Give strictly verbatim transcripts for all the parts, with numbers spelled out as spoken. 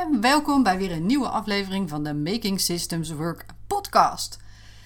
en welkom bij weer een nieuwe aflevering van de Making Systems Work podcast.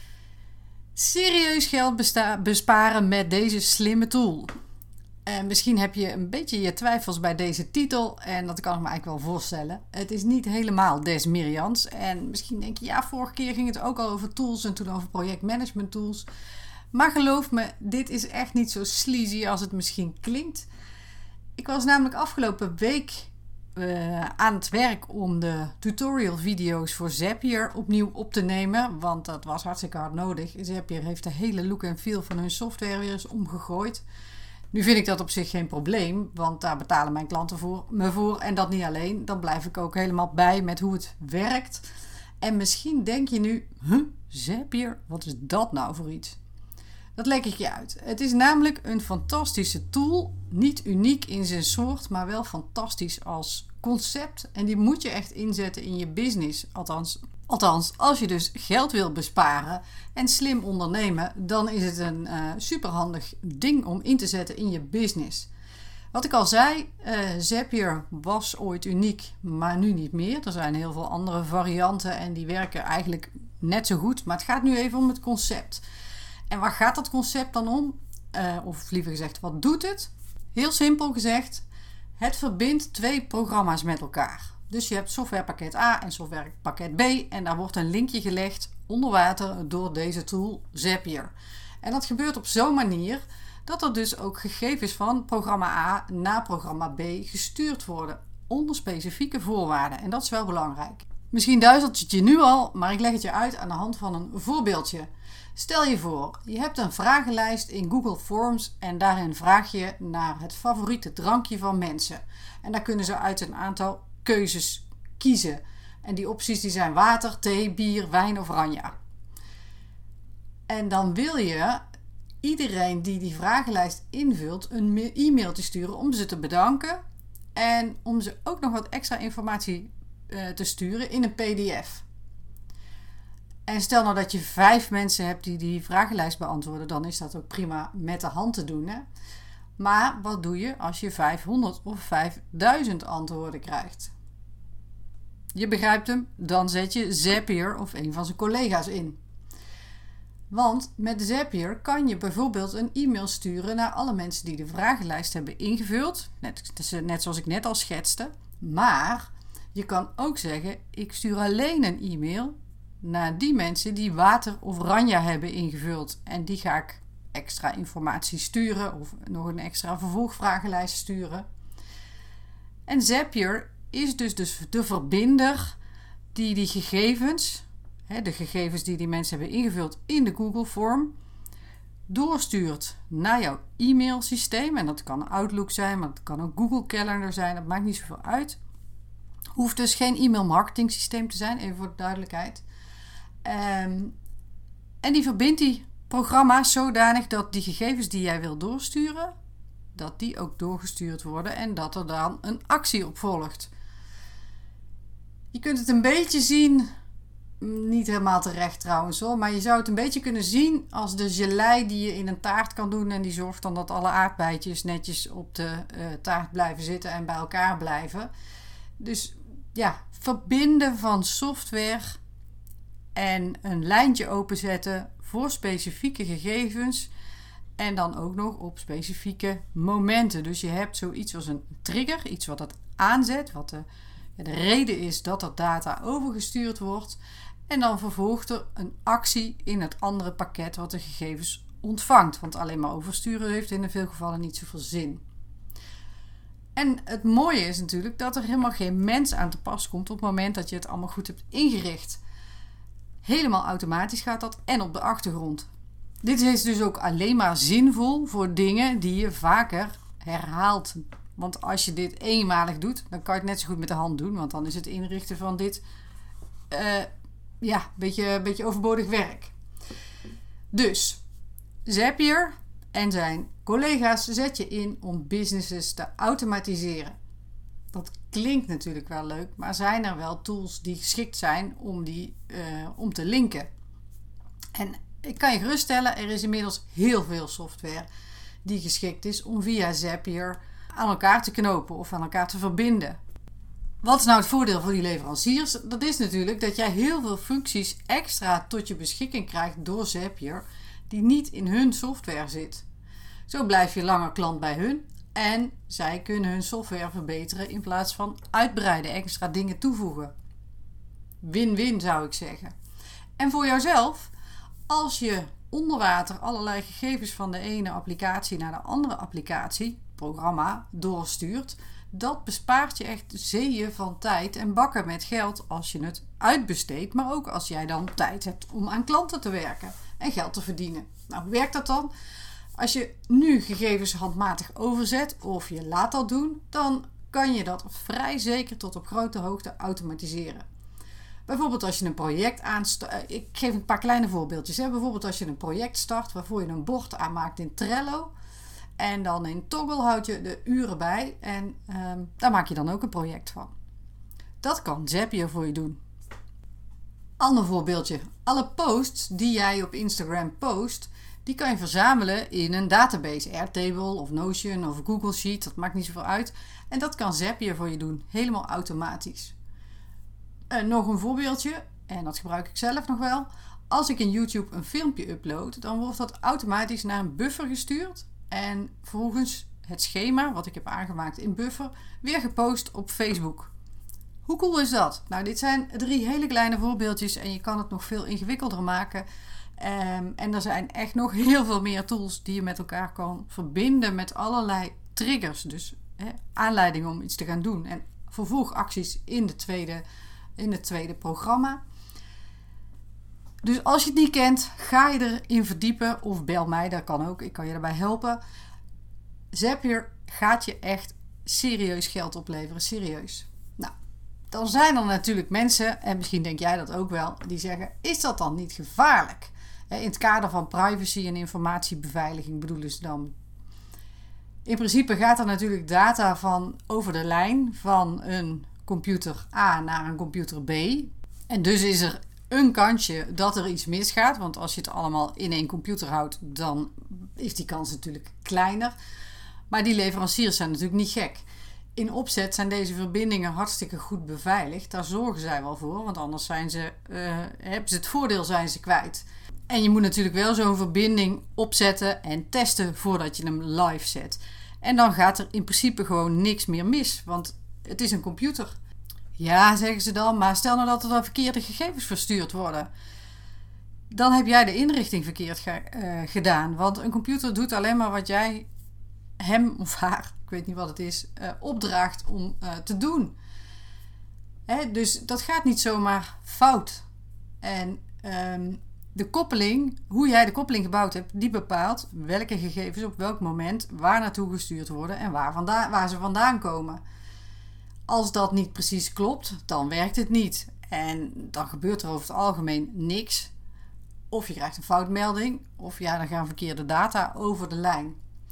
Serieus geld besta- besparen met deze slimme tool. En misschien heb je een beetje je twijfels bij deze titel en dat kan ik me eigenlijk wel voorstellen. Het is niet helemaal des Miriams en misschien denk je, ja, vorige keer ging het ook al over tools en toen over projectmanagement tools. Maar geloof me, dit is echt niet zo sleazy als het misschien klinkt. Ik was namelijk afgelopen week uh, aan het werk om de tutorial video's voor Zapier opnieuw op te nemen. Want dat was hartstikke hard nodig. Zapier heeft de hele look en feel van hun software weer eens omgegooid. Nu vind ik dat op zich geen probleem, want daar betalen mijn klanten voor, me voor. En dat niet alleen, dan blijf ik ook helemaal bij met hoe het werkt. En misschien denk je nu, huh, Zapier, wat is dat nou voor iets? Dat leg ik je uit. Het is namelijk een fantastische tool. Niet uniek in zijn soort, maar wel fantastisch als concept. En die moet je echt inzetten in je business. Althans, althans als je dus geld wil besparen en slim ondernemen, dan is het een uh, superhandig ding om in te zetten in je business. Wat ik al zei, uh, Zapier was ooit uniek, maar nu niet meer. Er zijn heel veel andere varianten en die werken eigenlijk net zo goed. Maar het gaat nu even om het concept. En waar gaat dat concept dan om? Uh, of liever gezegd, wat doet het? Heel simpel gezegd, het verbindt twee programma's met elkaar. Dus je hebt softwarepakket A en softwarepakket B en daar wordt een linkje gelegd onder water door deze tool Zapier. En dat gebeurt op zo'n manier dat er dus ook gegevens van programma A naar programma B gestuurd worden onder specifieke voorwaarden. En dat is wel belangrijk. Misschien duizelt het je nu al, maar ik leg het je uit aan de hand van een voorbeeldje. Stel je voor, je hebt een vragenlijst in Google Forms en daarin vraag je naar het favoriete drankje van mensen. En daar kunnen ze uit een aantal keuzes kiezen. En die opties die zijn water, thee, bier, wijn of oranje. En dan wil je iedereen die die vragenlijst invult een e-mailtje sturen om ze te bedanken. En om ze ook nog wat extra informatie uh, te sturen in een P D F. En stel nou dat je vijf mensen hebt die die vragenlijst beantwoorden, dan is dat ook prima met de hand te doen. Hè? Maar wat doe je als je vijfhonderd of vijfduizend antwoorden krijgt? Je begrijpt hem, dan zet je Zapier of een van zijn collega's in. Want met Zapier kan je bijvoorbeeld een e-mail sturen naar alle mensen die de vragenlijst hebben ingevuld. Net, net zoals ik net al schetste. Maar je kan ook zeggen, ik stuur alleen een e-mail naar die mensen die water of oranje hebben ingevuld. En die ga ik extra informatie sturen of nog een extra vervolgvragenlijst sturen. En Zapier is dus, dus de verbinder die die gegevens, de gegevens die die mensen hebben ingevuld in de Google Form, doorstuurt naar jouw e-mailsysteem. En dat kan Outlook zijn, maar dat kan ook Google Calendar zijn. Dat maakt niet zoveel uit. Hoeft dus geen e-mail marketing systeem te zijn, even voor de duidelijkheid. Um, en die verbindt die programma's zodanig dat die gegevens die jij wil doorsturen, dat die ook doorgestuurd worden en dat er dan een actie op volgt. Je kunt het een beetje zien, niet helemaal terecht trouwens hoor, maar je zou het een beetje kunnen zien als de gelei die je in een taart kan doen en die zorgt dan dat alle aardbeidjes netjes op de uh, taart blijven zitten en bij elkaar blijven. Dus ja, verbinden van software en een lijntje openzetten voor specifieke gegevens en dan ook nog op specifieke momenten. Dus je hebt zoiets als een trigger, iets wat het aanzet, wat de, ja, de reden is dat er data overgestuurd wordt. En dan vervolgt er een actie in het andere pakket wat de gegevens ontvangt. Want alleen maar oversturen heeft in veel gevallen niet zoveel zin. En het mooie is natuurlijk dat er helemaal geen mens aan te pas komt op het moment dat je het allemaal goed hebt ingericht. Helemaal automatisch gaat dat en op de achtergrond. Dit is dus ook alleen maar zinvol voor dingen die je vaker herhaalt. Want als je dit eenmalig doet, dan kan je het net zo goed met de hand doen. Want dan is het inrichten van dit uh, ja, een beetje, beetje overbodig werk. Dus Zapier en zijn collega's zet je in om businesses te automatiseren. Dat klinkt natuurlijk wel leuk, maar zijn er wel tools die geschikt zijn om die uh, om te linken? En ik kan je geruststellen, er is inmiddels heel veel software die geschikt is om via Zapier aan elkaar te knopen of aan elkaar te verbinden. Wat is nou het voordeel voor die leveranciers? Dat is natuurlijk dat jij heel veel functies extra tot je beschikking krijgt door Zapier die niet in hun software zit. Zo blijf je langer klant bij hun en zij kunnen hun software verbeteren in plaats van uitbreiden, extra dingen toevoegen. Win-win zou ik zeggen. En voor jouzelf, als je onder water allerlei gegevens van de ene applicatie naar de andere applicatie, programma, doorstuurt, dat bespaart je echt zeeën van tijd en bakken met geld als je het uitbesteedt, maar ook als jij dan tijd hebt om aan klanten te werken en geld te verdienen. Nou, hoe werkt dat dan? Als je nu gegevens handmatig overzet of je laat dat doen, dan kan je dat vrij zeker tot op grote hoogte automatiseren. Bijvoorbeeld als je een project aanstart. Ik geef een paar kleine voorbeeldjes. Hè. Bijvoorbeeld als je een project start waarvoor je een bord aanmaakt in Trello. En dan in Toggl houd je de uren bij. En um, daar maak je dan ook een project van. Dat kan Zapier voor je doen. Ander voorbeeldje. Alle posts die jij op Instagram post, die kan je verzamelen in een database. Airtable of Notion of Google Sheet. Dat maakt niet zoveel uit. En dat kan Zapier voor je doen. Helemaal automatisch. Uh, nog een voorbeeldje, en dat gebruik ik zelf nog wel. Als ik in YouTube een filmpje upload, dan wordt dat automatisch naar een buffer gestuurd. En vervolgens het schema, wat ik heb aangemaakt in buffer, weer gepost op Facebook. Hoe cool is dat? Nou, dit zijn drie hele kleine voorbeeldjes en je kan het nog veel ingewikkelder maken. Um, en er zijn echt nog heel veel meer tools die je met elkaar kan verbinden met allerlei triggers. Dus hè, aanleidingen om iets te gaan doen. En vervolgacties in de tweede in het tweede programma. Dus als je het niet kent, ga je erin verdiepen of bel mij, dat kan ook, ik kan je daarbij helpen. Zapier gaat je echt serieus geld opleveren, serieus. Nou, dan zijn er natuurlijk mensen, en misschien denk jij dat ook wel, die zeggen, is dat dan niet gevaarlijk? In het kader van privacy en informatiebeveiliging bedoelen ze dan. In principe gaat er natuurlijk data van over de lijn van een computer A naar een computer B. En dus is er een kansje dat er iets misgaat. Want als je het allemaal in één computer houdt, dan is die kans natuurlijk kleiner. Maar die leveranciers zijn natuurlijk niet gek. In opzet zijn deze verbindingen hartstikke goed beveiligd. Daar zorgen zij wel voor, want anders zijn ze, uh, hebben ze het voordeel zijn ze kwijt. En je moet natuurlijk wel zo'n verbinding opzetten en testen voordat je hem live zet. En dan gaat er in principe gewoon niks meer mis, want het is een computer. Ja, zeggen ze dan, maar stel nou dat er dan verkeerde gegevens verstuurd worden. Dan heb jij de inrichting verkeerd ge- uh, gedaan. Want een computer doet alleen maar wat jij hem of haar, ik weet niet wat het is, uh, opdraagt om uh, te doen. Hè, dus dat gaat niet zomaar fout. En um, de koppeling, hoe jij de koppeling gebouwd hebt, die bepaalt welke gegevens op welk moment waar naartoe gestuurd worden en waar, vandaan, waar ze vandaan komen. Als dat niet precies klopt, dan werkt het niet. En dan gebeurt er over het algemeen niks. Of je krijgt een foutmelding, of ja, dan gaan verkeerde data over de lijn.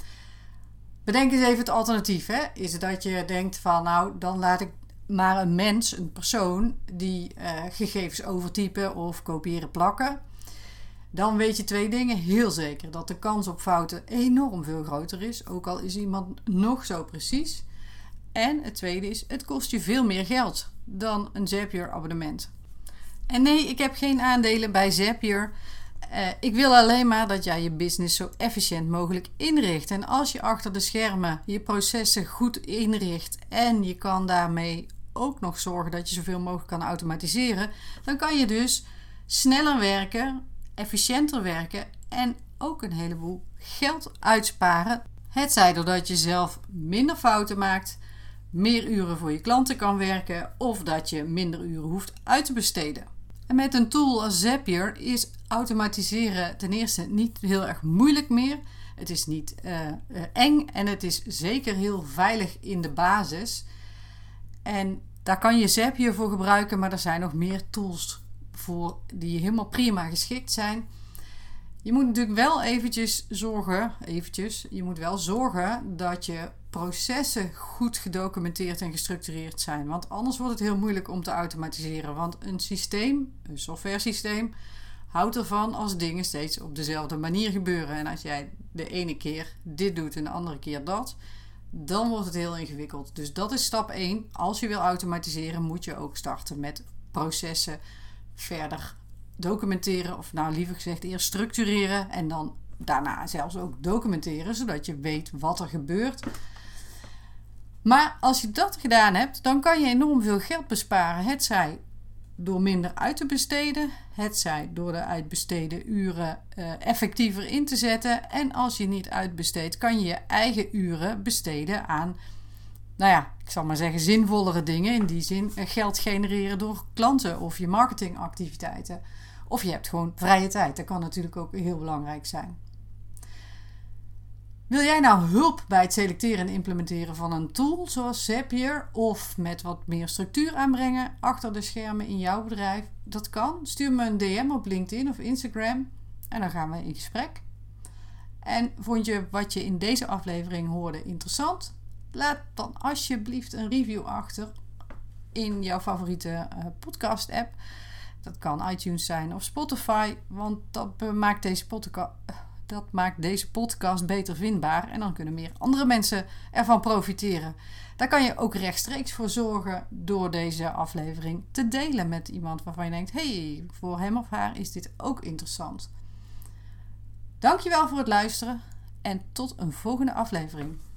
Bedenk eens even het alternatief. Hè? Is het dat je denkt van, nou, dan laat ik maar een mens, een persoon, die uh, gegevens overtypen of kopiëren plakken. Dan weet je twee dingen heel zeker. Dat de kans op fouten enorm veel groter is, ook al is iemand nog zo precies. En het tweede is, het kost je veel meer geld dan een Zapier abonnement. En nee, ik heb geen aandelen bij Zapier. Uh, ik wil alleen maar dat jij je business zo efficiënt mogelijk inricht. En als je achter de schermen je processen goed inricht en je kan daarmee ook nog zorgen dat je zoveel mogelijk kan automatiseren, dan kan je dus sneller werken, efficiënter werken en ook een heleboel geld uitsparen. Het zij doordat je zelf minder fouten maakt, meer uren voor je klanten kan werken of dat je minder uren hoeft uit te besteden. En met een tool als Zapier is automatiseren ten eerste niet heel erg moeilijk meer. Het is niet uh, uh, eng en het is zeker heel veilig in de basis. En daar kan je Zapier voor gebruiken, maar er zijn nog meer tools voor die helemaal prima geschikt zijn. Je moet natuurlijk wel eventjes zorgen, eventjes, je moet wel zorgen dat je processen goed gedocumenteerd en gestructureerd zijn. Want anders wordt het heel moeilijk om te automatiseren. Want een systeem, een softwaresysteem, houdt ervan als dingen steeds op dezelfde manier gebeuren. En als jij de ene keer dit doet en de andere keer dat, dan wordt het heel ingewikkeld. Dus dat is stap één. Als je wil automatiseren, moet je ook starten met processen verder documenteren. Of nou liever gezegd eerst structureren en dan daarna zelfs ook documenteren, zodat je weet wat er gebeurt. Maar als je dat gedaan hebt, dan kan je enorm veel geld besparen. Hetzij door minder uit te besteden, hetzij door de uitbesteden uren uh, effectiever in te zetten. En als je niet uitbesteedt, kan je je eigen uren besteden aan, nou ja, ik zal maar zeggen zinvollere dingen. In die zin uh, geld genereren door klanten of je marketingactiviteiten. Of je hebt gewoon vrije tijd. Dat kan natuurlijk ook heel belangrijk zijn. Wil jij nou hulp bij het selecteren en implementeren van een tool zoals Zapier of met wat meer structuur aanbrengen achter de schermen in jouw bedrijf? Dat kan. Stuur me een D M op LinkedIn of Instagram en dan gaan we in gesprek. En vond je wat je in deze aflevering hoorde interessant? Laat dan alsjeblieft een review achter in jouw favoriete uh, podcast app. Dat kan iTunes zijn of Spotify, want dat maakt deze podcast... Dat maakt deze podcast beter vindbaar en dan kunnen meer andere mensen ervan profiteren. Daar kan je ook rechtstreeks voor zorgen door deze aflevering te delen met iemand waarvan je denkt, hey, voor hem of haar is dit ook interessant. Dankjewel voor het luisteren en tot een volgende aflevering.